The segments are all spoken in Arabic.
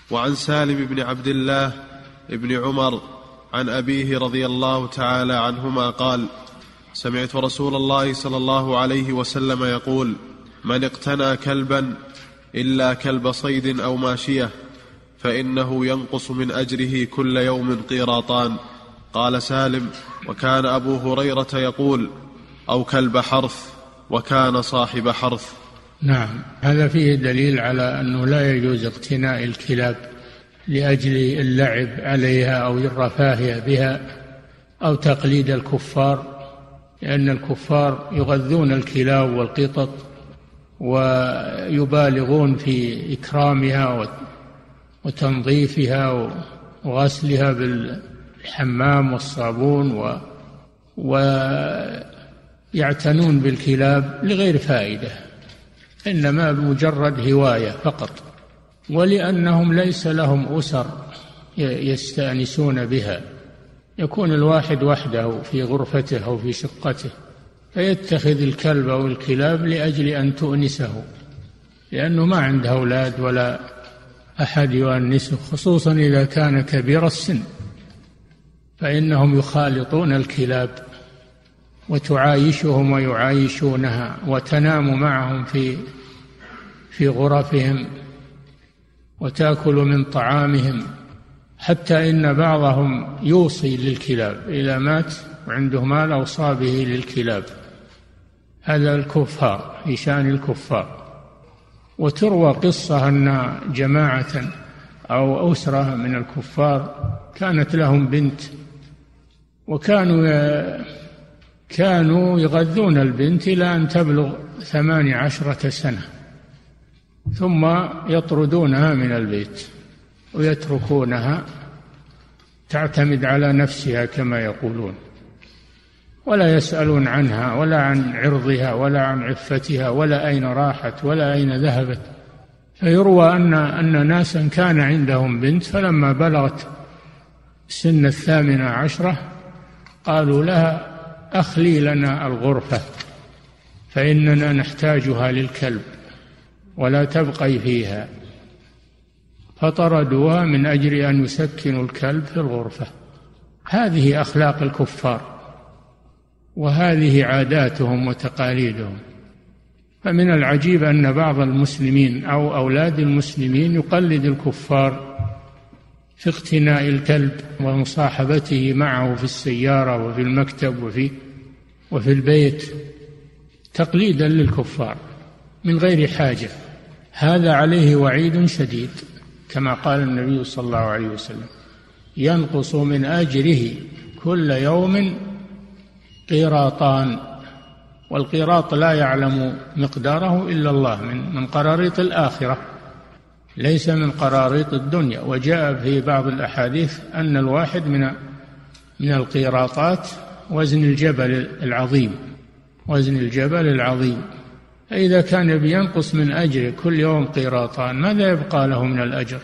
وعن سالم بن عبد الله بن عمر عن أبيه رضي الله تعالى عنهما قال: سمعت رسول الله صلى الله عليه وسلم يقول: من اقتنى كلبا إلا كلب صيد أو ماشية فإنه ينقص من أجره كل يوم قيراطان. قال سالم: وكان أبو هريرة يقول: أو كلب حرث، وكان صاحب حرث. نعم، هذا فيه دليل على أنه لا يجوز اقتناء الكلاب لأجل اللعب عليها أو الرفاهية بها أو تقليد الكفار، لأن الكفار يغذون الكلاب والقطط ويبالغون في إكرامها وتنظيفها وغسلها بالحمام والصابون ويعتنون بالكلاب لغير فائدة، إنما بمجرد هواية فقط، ولأنهم ليس لهم أسر يستأنسون بها. يكون الواحد وحده في غرفته أو في شقته فيتخذ الكلب أو الكلاب لأجل أن تؤنسه، لأنه ما عنده أولاد ولا أحد يؤنسه، خصوصا إذا كان كبير السن، فإنهم يخالطون الكلاب وتعايشهم ويعايشونها وتنام معهم في غرفهم وتأكل من طعامهم، حتى إن بعضهم يوصي للكلاب إذا مات وعنده مال أوصى به للكلاب. هذا الكفار في شأن الكفار. وتروى قصة أن جماعة أو أسرة من الكفار كانت لهم بنت، وكانوا يغذون البنت إلى أن تبلغ 18 سنة، ثم يطردونها من البيت ويتركونها تعتمد على نفسها كما يقولون، ولا يسألون عنها ولا عن عرضها ولا عن عفتها ولا أين راحت ولا أين ذهبت. فيروى أن ناسا كان عندهم بنت، فلما بلغت سن 18 قالوا لها: أخلي لنا الغرفة فإننا نحتاجها للكلب ولا تبقي فيها، فطردوها من أجل أن يسكنوا الكلب في الغرفة. هذه أخلاق الكفار وهذه عاداتهم وتقاليدهم. فمن العجيب أن بعض المسلمين أو أولاد المسلمين يقلد الكفار في اقتناء الكلب ومصاحبته معه في السيارة وفي المكتب وفي البيت تقليدا للكفار من غير حاجة. هذا عليه وعيد شديد، كما قال النبي صلى الله عليه وسلم: ينقص من أجره كل يوم قيراطان. والقيراط لا يعلم مقداره إلا الله، من قراريط الآخرة، ليس من قراريط الدنيا. وجاء في بعض الأحاديث أن الواحد من القيراطات وزن الجبل العظيم، وزن الجبل العظيم. فإذا كان بينقص من أجره كل يوم قيراطان، ماذا يبقى له من الأجر؟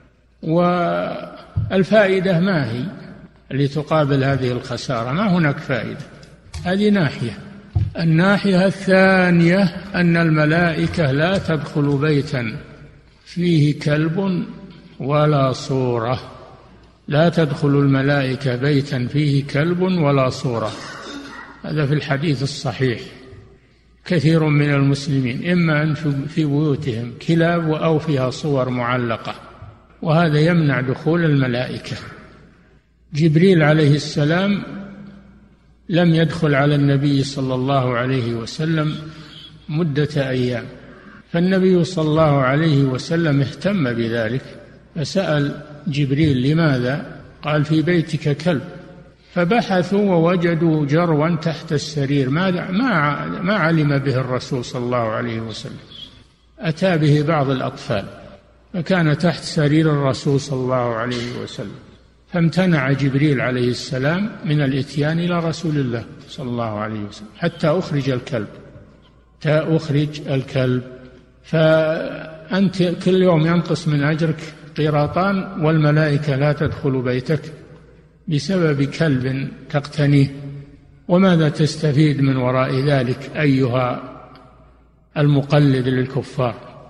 والفائدة ما هي اللي تقابل هذه الخسارة؟ ما هناك فائدة. هذه ناحية. الناحية الثانية أن الملائكة لا تدخل بيتا فيه كلب ولا صورة، لا تدخل الملائكة بيتا فيه كلب ولا صورة. هذا في الحديث الصحيح. كثير من المسلمين إما أن في بيوتهم كلاب أو فيها صور معلقة، وهذا يمنع دخول الملائكة. جبريل عليه السلام لم يدخل على النبي صلى الله عليه وسلم مدة أيام، فالنبي صلى الله عليه وسلم اهتم بذلك فسأل جبريل: لماذا؟ قال: في بيتك كلب. فبحثوا ووجدوا جروا تحت السرير ما علم به الرسول صلى الله عليه وسلم، أتى به بعض الأطفال، فكان تحت سرير الرسول صلى الله عليه وسلم، فامتنع جبريل عليه السلام من الإتيان إلى رسول الله صلى الله عليه وسلم حتى أخرج الكلب. فأنت كل يوم ينقص من أجرك قيراطان، والملائكة لا تدخل بيتك بسبب كلب تقتنيه. وماذا تستفيد من وراء ذلك أيها المقلد للكفار؟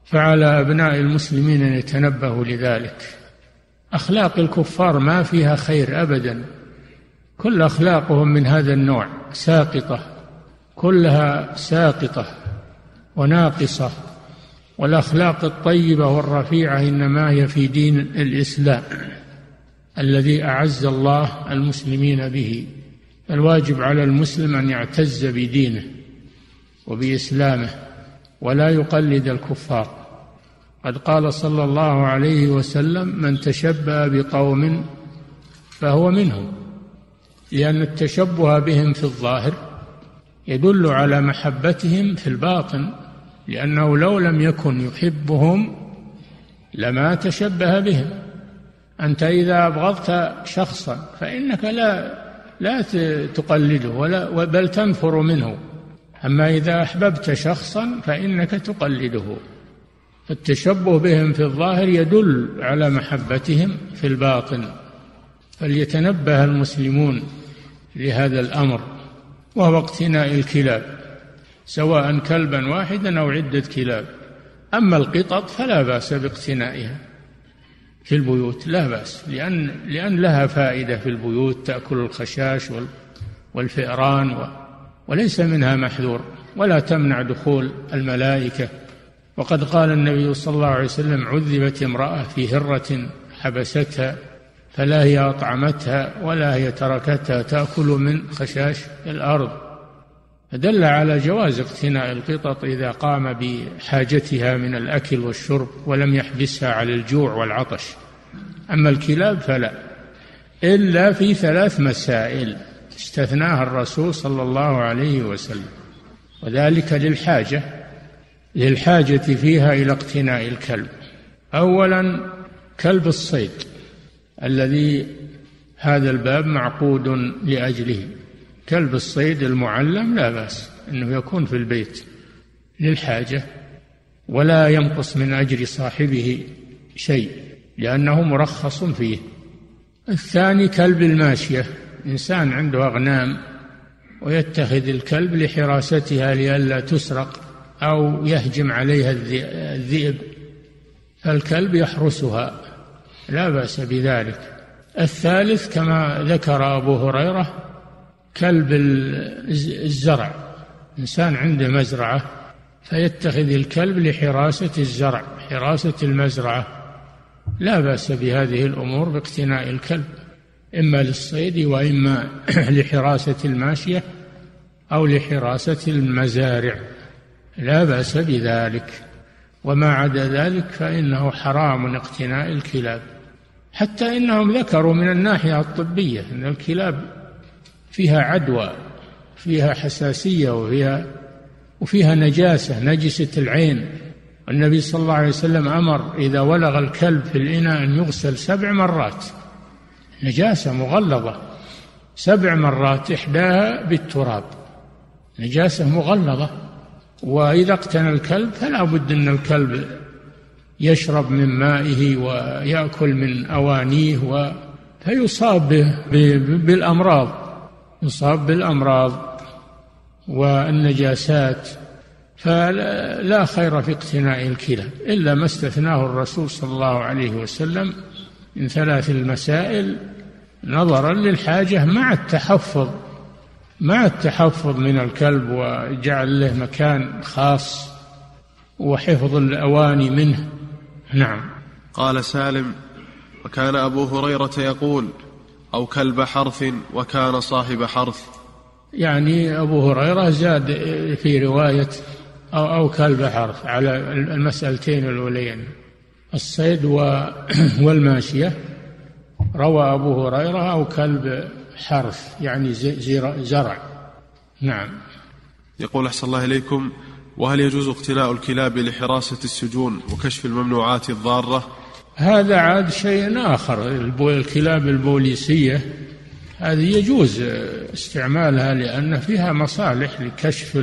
فعلى أبناء المسلمين أن يتنبهوا لذلك. أخلاق الكفار ما فيها خير أبدا، كل أخلاقهم من هذا النوع ساقطة، كلها ساقطة وناقصة. والأخلاق الطيبة والرفيعة إنما هي في دين الإسلام الذي أعز الله المسلمين به. الواجب على المسلم أن يعتز بدينه وبإسلامه ولا يقلد الكفار. قد قال صلى الله عليه وسلم: من تشبه بقوم فهو منهم، لأن التشبه بهم في الظاهر يدل على محبتهم في الباطن، لأنه لو لم يكن يحبهم لما تشبه بهم. أنت إذا أبغضت شخصا فإنك لا تقلده بل تنفر منه، أما إذا أحببت شخصا فإنك تقلده. فالتشبه بهم في الظاهر يدل على محبتهم في الباطن، فليتنبه المسلمون لهذا الأمر، وهو اقتناء الكلاب، سواء كلبا واحدا أو عدة كلاب. أما القطط فلا بأس باقتنائها في البيوت، لا بأس، لأن لها فائدة في البيوت، تأكل الخشاش والفئران وليس منها محذور، ولا تمنع دخول الملائكة. وقد قال النبي صلى الله عليه وسلم: عذبت امرأة في هرة حبستها فلا هي أطعمتها ولا هي تركتها تأكل من خشاش الأرض. فدل على جواز اقتناء القطط إذا قام بحاجتها من الأكل والشرب ولم يحبسها على الجوع والعطش. أما الكلاب فلا، إلا في 3 مسائل استثناها الرسول صلى الله عليه وسلم، وذلك للحاجة فيها إلى اقتناء الكلب. أولا كلب الصيد الذي هذا الباب معقود لأجله، كلب الصيد المعلم لا بأس أنه يكون في البيت للحاجة، ولا ينقص من أجر صاحبه شيء لأنه مرخص فيه. الثاني كلب الماشية، إنسان عنده أغنام ويتخذ الكلب لحراستها لئلا تسرق أو يهجم عليها الذئب، فالكلب يحرسها لا بأس بذلك. الثالث كما ذكر أبو هريرة كلب الزرع، إنسان عنده مزرعة فيتخذ الكلب لحراسة الزرع، حراسة المزرعة، لا بأس بهذه الأمور باقتناء الكلب، إما للصيد وإما لحراسة الماشية أو لحراسة المزارع، لا بأس بذلك. وما عدا ذلك فإنه حرام اقتناء الكلاب. حتى إنهم ذكروا من الناحية الطبية أن الكلاب فيها عدوى، فيها حساسية، وفيها نجسة العين. النبي صلى الله عليه وسلم أمر إذا ولغ الكلب في الإناء أن يغسل 7 مرات، نجاسة مغلظة 7 مرات، إحداها بالتراب، نجاسة مغلظة. وإذا اقتنى الكلب فلا بد أن الكلب يشرب من مائه ويأكل من أوانيه فيصاب بالأمراض والنجاسات. فلا خير في اقتناء الكلاب إلا ما استثناه الرسول صلى الله عليه وسلم من 3 المسائل نظرا للحاجة مع التحفظ من الكلب وجعل له مكان خاص وحفظ الأواني منه. نعم. قال سالم: وكان أبو هريرة يقول: أو كلب حرث وكان صاحب حرث. يعني أبو هريرة زاد في رواية أو كلب حرث على المسألتين الأولين، الصيد والماشية. روى أبو هريرة أو كلب حرث يعني زرع. نعم. يقول: أحسن الله إليكم، وهل يجوز اقتناء الكلاب لحراسة السجون وكشف الممنوعات الضارة؟ هذا عاد شيء آخر. الكلاب البوليسية هذه يجوز استعمالها لأن فيها مصالح لكشف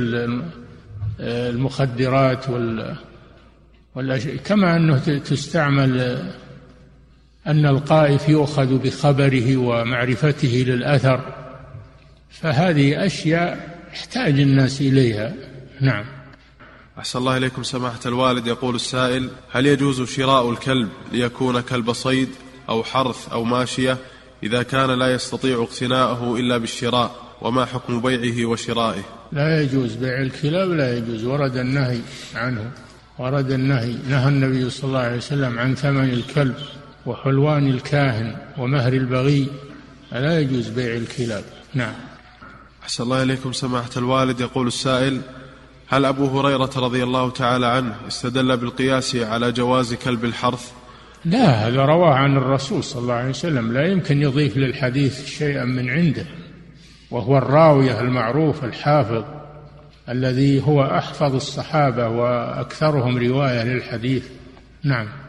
المخدرات والأشياء، كما أنه تستعمل أن القائف يؤخذ بخبره ومعرفته للأثر، فهذه أشياء يحتاج الناس إليها. نعم. أحسن الله إليكم سماحة الوالد. يقول السائل: هل يجوز شراء الكلب ليكون كلب صيد أو حرث أو ماشية إذا كان لا يستطيع اقتناءه إلا بالشراء؟ وما حكم بيعه وشرائه؟ لا يجوز بيع الكلاب، لا يجوز، ورد النهي عنه، ورد النهي، نهى النبي صلى الله عليه وسلم عن ثمن الكلب وحلوان الكاهن ومهر البغي، لا يجوز بيع الكلاب. نعم. أحسن الله إليكم سماحة الوالد. يقول السائل: هل أبو هريرة رضي الله تعالى عنه استدل بالقياس على جواز كلب الحرث؟ لا، هذا رواه عن الرسول صلى الله عليه وسلم، لا يمكن يضيف للحديث شيئا من عنده، وهو الراوية المعروف الحافظ الذي هو أحفظ الصحابة وأكثرهم رواية للحديث. نعم.